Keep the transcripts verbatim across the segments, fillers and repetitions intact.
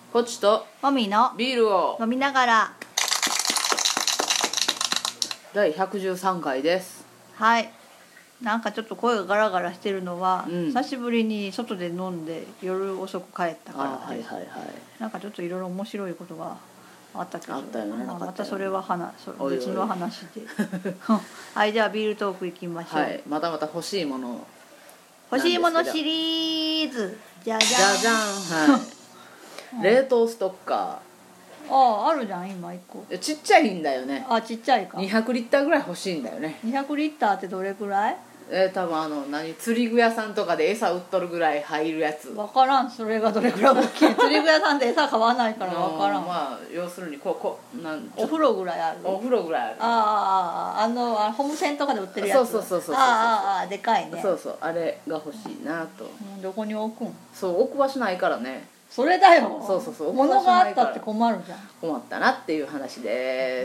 ポチともみのビールを飲みながら。 だいひゃくじゅうさんかいです。 はい。なんかちょっと声がガラガラしてるのは、 うん久しぶりに外で飲んで夜遅く帰ったからあです。 はいはいはい。 なんかちょっといろいろ面白いことがあったけど、 あったよねまあなかったよねまたそれは話そおいおい別の話ではいじゃあビールトークいきましょう、 はい、またまた欲しいもの欲しいものリシリーズじゃじゃんじゃじゃん、はい冷凍ストッカあああるじゃん今いっこ。 ーちっちゃいんだよね。 あちっちゃいか。 にひゃくリッターぐらい欲しいんだよね。 にひゃくリッターってどれくらい？ えー、多分あの何釣り具屋さんとかで餌売っとるぐらい入るやつ。 分からんそれがどれくらい大きい。釣り具屋さんで餌買わないから分からん。 まあ要するにこうこうなんお風呂ぐらいある。 お風呂ぐらいある。 あああのあホームセンとかで売ってるやつ。 そうそうそうそうそうああああでかいね。 そうそうあれが欲しいなと。 うんどこに置くん？ そう置く場所ないからね。 それだよ。 そうそうそう物があったって困るじゃん。 困ったなっていう話です。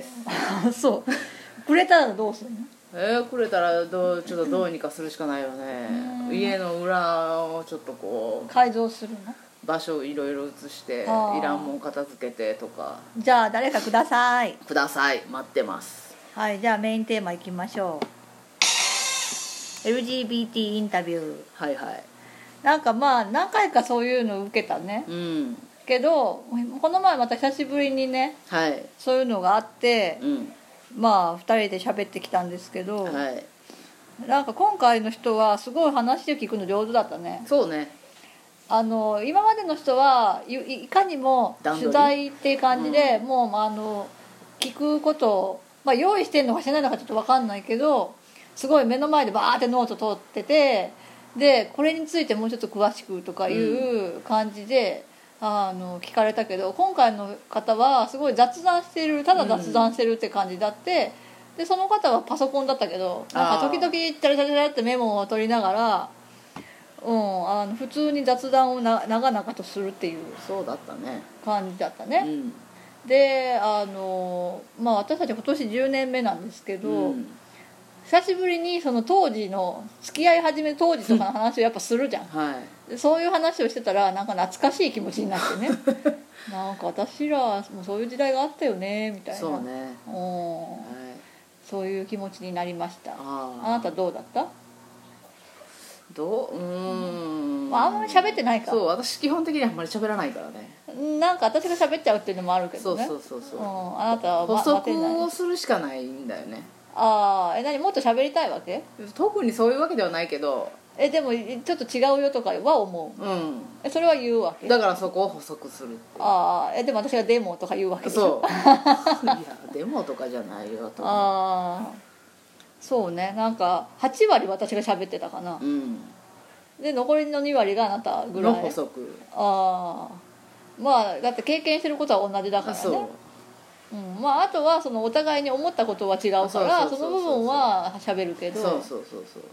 そうくれたらどうするの？ えー、くれたらどうちょっとどうにかするしかないよね。家の裏をちょっとこう改造するの？ 場所をいろいろ移していあーらんもん片付けてとか。 じゃあ誰かください。 ください待ってます。 はいじゃあメインテーマいきましょう。 エルジービーティー インタビュー。 はいはい。 なんかまあ何回かそういうの受けたね、 うんけどこの前また久しぶりにねはいそういうのがあってう、んまあふたりで喋ってきたんですけど、 はいなんか今回の人はすごい話を聞くの上手だったね。 そうね。 あの今までの人はいいかにも取材っていう感じで、うん、もうあの聞くことを、まあ、用意してるのかしてないのかちょっと分かんないけどすごい目の前でバーってノート取ってて、でこれについてもうちょっと詳しくとかいう感じで、うん、あの聞かれたけど、今回の方はすごい雑談してる、ただ雑談してるって感じだって、うん、でその方はパソコンだったけどなんか時々チャラチャラチャラってメモを取りながら、うん、あの普通に雑談をな長々とするっていうそうだったね感じだったね、 うん、 であの、まあ、私たち今年じゅうねんめなんですけど、うん久しぶりにその当時の付き合い始め当時とかの話をやっぱするじゃん、 はい、 でそういう話をしてたらなんか懐かしい気持ちになってねなんか私らもそういう時代があったよねみたいな。 そうね、 はい、そういう気持ちになりました。 あ, あなたどうだった？ どううーん、 まあ、あんまり喋ってないから。 そう私基本的にあんまり喋らないからね。 なんか私が喋っちゃうっていうのもあるけどね。 そうそうそうそう、うん、 あなたは、ま、 補足をするしかないんだよね。 ああ、え、何もっと喋りたいわけ？ 特にそういうわけではないけど、 えでもちょっと違うよとかは思う。うん。えそれは言うわけ？ だからそこを補足するって。 ああ、えでも私がデモとか言うわけでしょ。 そういやデモとかじゃないよと。 ああ、そうね。なんかはちわり私が喋ってたかな。うん。で残りのにわりがあなたぐらい。 の補足。 ああ、まあだって経験してることは同じだからね。そう。うんまあ、あとはそのお互いに思ったことは違うからその部分は喋るけど、 そうそうそうそう。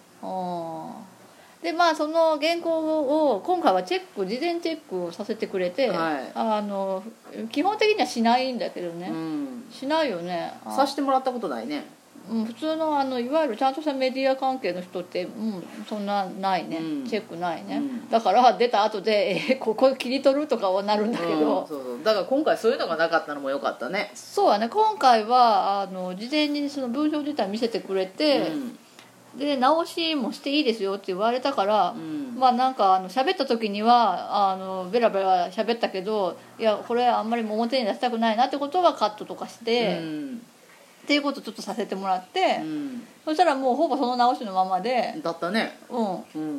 でまあその原稿を今回はチェック事前チェックをさせてくれて、はい、あの基本的にはしないんだけどね、うん、しないよね。 させてもらったことないね。 うん、普通の、あのいわゆるちゃんとしたメディア関係の人って、うん、そんなないね、うん、チェックないね、うん、だから出た後でえここ切り取るとかはなるんだけど、うん、 そうそうだから今回そういうのがなかったのも良かったね。 そうはね。今回はあの事前にその文章自体見せてくれて、うん、で直しもしていいですよって言われたから、うん、まあなんかあの喋った時にはあのベラベラ喋ったけど、いやこれあんまり表に出したくないなってことはカットとかして、うんっていうことをちょっとさせてもらって、うん、そしたらもうほぼその直しのままでだったね。 うん、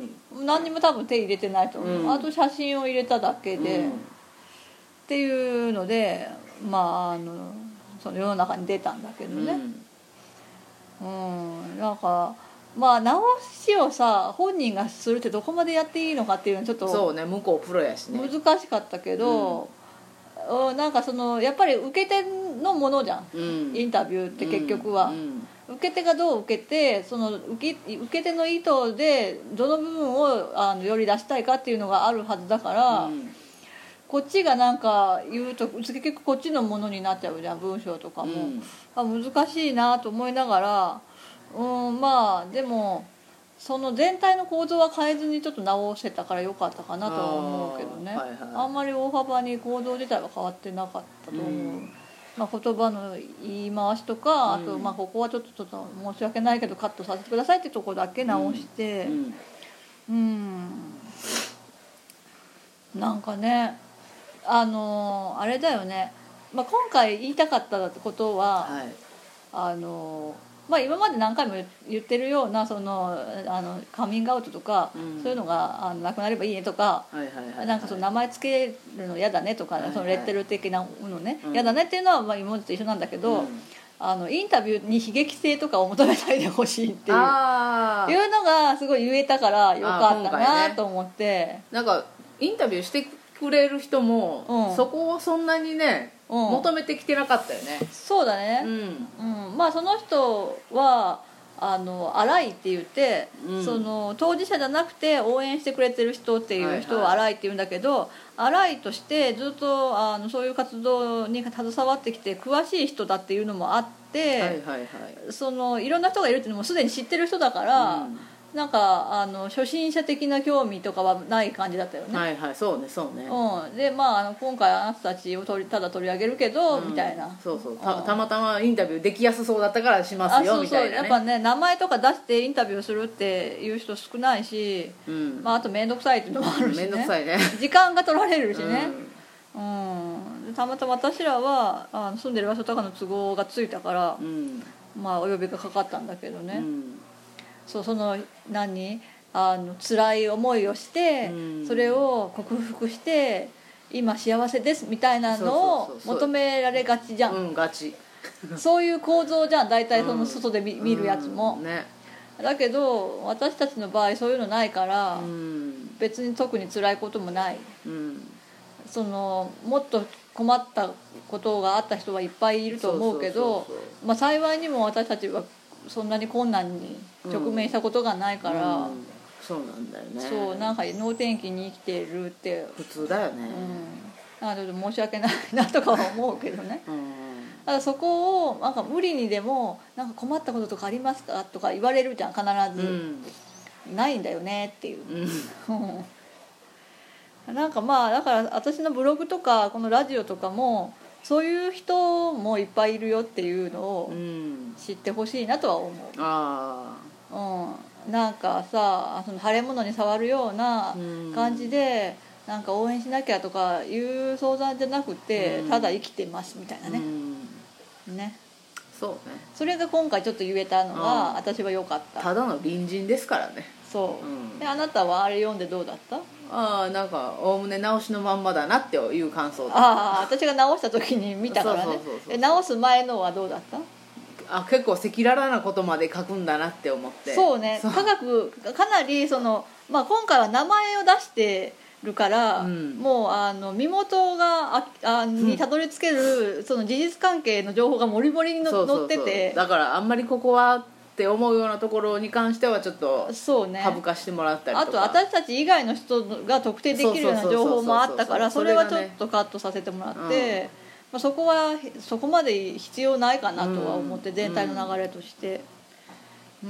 うん、何にも多分手入れてないと思う、うん、あと写真を入れただけで、うん、っていうのでまああのその世の中に出たんだけどね、うん、うん、なんかまあ直しをさ本人がするってどこまでやっていいのかっていうのはちょっとそうね向こうプロやしね難しかったけど、うん、なんかそのやっぱり受け手のものじゃん、うん、インタビューって結局は、うんうん、受け手がどう受けてその受け、受け手の意図でどの部分をあのより出したいかっていうのがあるはずだから、うん、こっちがなんか言うと結局こっちのものになっちゃうじゃん文章とかも、うん、あ難しいなと思いながら、うん、まあでもその全体の構造は変えずにちょっと直せたから良かったかなとは思うけどねあ,、はいはい、 あんまり大幅に構造自体は変わってなかったと思う、うんまあ、言葉の言い回しとか、うん、あとまあここはちょっとちょっと申し訳ないけどカットさせてくださいってところだけ直してうん、うんうん、なんかねあのあれだよね、まあ、今回言いたかったことは、はい、あのまあ、今まで何回も言ってるようなそのあのカミングアウトとか、うん、そういうのがあのなくなればいいねとか、はいはいはいはい、なんかその名前つけるの嫌だねとか、はいはい、そのレッテル的なものね、うん、嫌だねっていうのはまあ今までと一緒なんだけど、うん、あのインタビューに悲劇性とかを求めないでほしいっていういうのがすごい言えたからよかったなと思って、ね、 なんかインタビューしてくれる人も、うん、そこをそんなにねうん、求めてきてなかったよね。 そうだね、うんうん、まあその人はあの荒いって言って、うん、その当事者じゃなくて応援してくれてる人っていう人を荒いって言うんだけど、はいはい、荒いとしてずっとあのそういう活動に携わってきて詳しい人だっていうのもあって、はいはいはい、そのいろんな人がいるっていうのもすでに知ってる人だから、うんなんかあの初心者的な興味とかはない感じだったよね。 はいはいそうねそうね。 うん、でまああの今回あなたたちを取りただ取り上げるけど、うん、みたいな。 そうそう た, たまたまインタビューできやすそうだったからしますよそうそうみたいな、ね。 やっぱね名前とか出してインタビューするっていう人少ないし、うんまあ、あと面倒くさいっていうのもあるしね。 面倒くさいね。 時間が取られるしね。うんうん、たまたま私らはあの住んでる場所とかの都合がついたから、うん、まあお呼びがかかったんだけどね。うん、そうその何あの辛い思いをして、うん、それを克服して今幸せですみたいなのを求められがちじゃん。 うん、ガチそういう構造じゃん大体その外で 見,、うん、見るやつも、うんね、だけど私たちの場合そういうのないから、うん、別に特に辛いこともない、うん、そのもっと困ったことがあった人はいっぱいいると思うけど幸いにも私たちはそんなに困難に直面したことがないから、うんうんそうなんだよね。 そうなんか能天気に生きてるって普通だよね。 うん、なので申し訳ないなとかは思うけどね。うん、だからそこをなんか無理にでもなんか困ったこととかありますかとか言われるじゃん必ず、うん、ないんだよねっていう。うん、なんかまあだから私のブログとかこのラジオとかもそういう人もいっぱいいるよっていうのを知ってほしいなとは思う。ああ。うんなんかさその腫れ物に触るような感じでなんか応援しなきゃとかいう相談じゃなくてただ生きてますみたいなねねそうねそれが今回ちょっと言えたのが私は良かった。 ただの隣人ですからね。 そう、うん、であなたはあれ読んでどうだった？ ああなんかおおむね直しのまんまだなっていう感想だった。 ああ私が直した時に見たからね。直す前のはどうだった？ あ結構赤裸々なことまで書くんだなって思って。 そうね科学かなりその、まあ、今回は名前を出してるから、うん、もうあの身元がああにたどり着ける、うん、その事実関係の情報がもりもりにの載っててだからあんまりここはって思うようなところに関してはちょっと省かしてもらったりとか、 あと私たち以外の人が特定できるような情報もあったからそれはちょっとカットさせてもらって、うんまあ、そこはそこまで必要ないかなとは思って、うん、全体の流れとしてうん、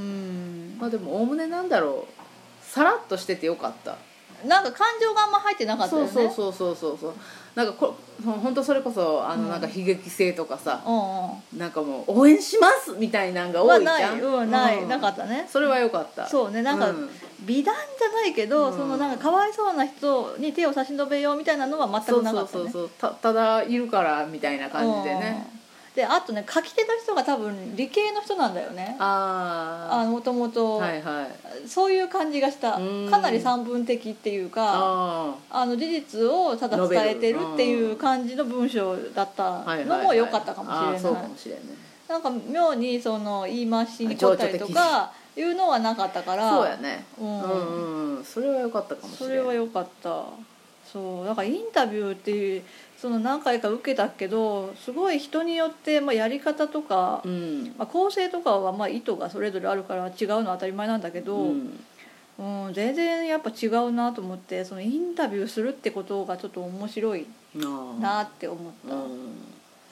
まあでもおおむねなんだろうさらっとしててよかった。 なんか感情があんま入ってなかったよね。 そうそうそうそうそうなんかこ本当それこそあのなんか悲劇性とかさ、うん、なんかもう応援しますみたいなのが多いじゃん。 まあ、ない、うん、ない、うん、なかったね。 それはよかった。 そうねなんか、うん、美談じゃないけど、うん、そのなんかかわいそうな人に手を差し伸べようみたいなのは全くなかったね。 そうそうそうそう た, ただいるからみたいな感じでね。 うんであとね書き手の人が多分理系の人なんだよね。ああもともとそういう感じがした。かなり散文的っていうかああの事実をただ伝えてるっていう感じの文章だったのも良かったかもしれない。そうかもしれない。なんか妙にその言い回しに来たりとかいうのはなかったからそうやね、うん、うんうんそれは良かったかもしれない。 それは良かった。そうだからインタビューっていうその何回か受けたけどすごい人によって、まあ、やり方とか、うんまあ、構成とかはまあ意図がそれぞれあるから違うのは当たり前なんだけど、うんうん、全然やっぱ違うなと思ってそのインタビューするってことがちょっと面白いなって思った、うん、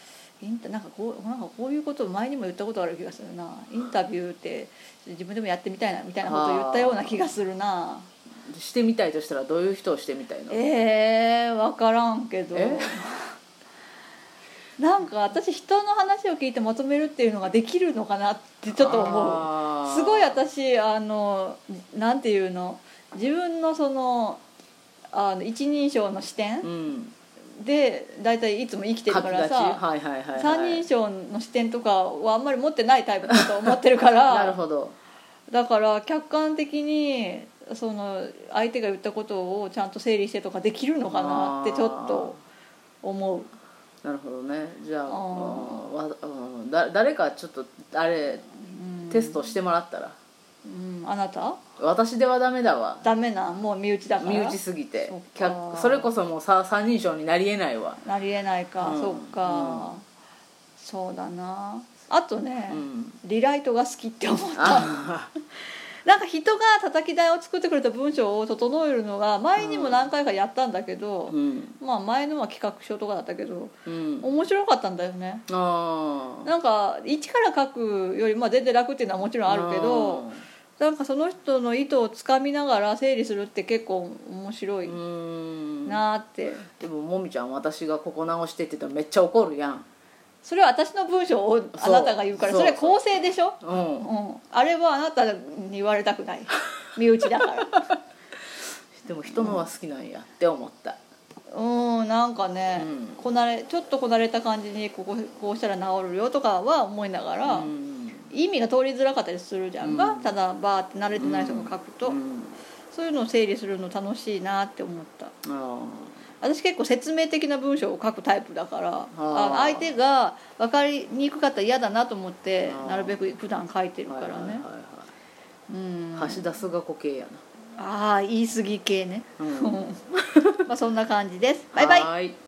インタなんかこうなんかこういうことを前にも言ったことある気がするな。インタビューって自分でもやってみたいなみたいなことを言ったような気がするな。 してみたいとしたらどういう人をしてみたいの？ えー、分からんけどなんか私人の話を聞いてまとめるっていうのができるのかなってちょっと思う。すごい私あのなんていうの自分のそのあの一人称の視点、うんでだいたいいつも生きてるからさ、はいはいはいはい、三人称の視点とかはあんまり持ってないタイプだと思ってるからなるほど。 だから客観的にその相手が言ったことをちゃんと整理してとかできるのかなってちょっと思う。 なるほどね。じゃあ、ああだ誰かちょっとあれ、うん、テストしてもらったら、 うん、あなた？ 私ではダメだわ。 ダメな、もう身内だから。 身内すぎて そ, それこそもうさ三人称になりえないわ。 なりえないか、うん、そっか、うん、そうだな。あとね、うん、リライトが好きって思ったなんか人が叩き台を作ってくれた文章を整えるのが前にも何回かやったんだけど、うん、まあ前のは企画書とかだったけど、うん、面白かったんだよね。あなんか一から書くより、まあ、全然楽っていうのはもちろんあるけど、なんかその人の意図をつかみながら整理するって結構面白いなって。 でももみちゃん私がここ直してって言ったらめっちゃ怒るやん。 それは私の文章をあなたが言うから そ, それは構成でしょ、うんうん、あれはあなたに言われたくない身内だからでも人のは好きなんやって思った。 うんなんかね、うん、こなれちょっとこなれた感じにこここうしたら治るよとかは思いながら、うん、意味が通りづらかったりするじゃんか、うん、ただバーって慣れてない人が書くと、うん、そういうのを整理するの楽しいなって思った。あ私結構説明的な文章を書くタイプだからあ相手が分かりにくかったら嫌だなと思ってなるべく普段書いてるからね、はいはいはいはい、 うん橋田壽賀子系やな。 ああ言い過ぎ系ね、うんまあそんな感じです。バイバイ。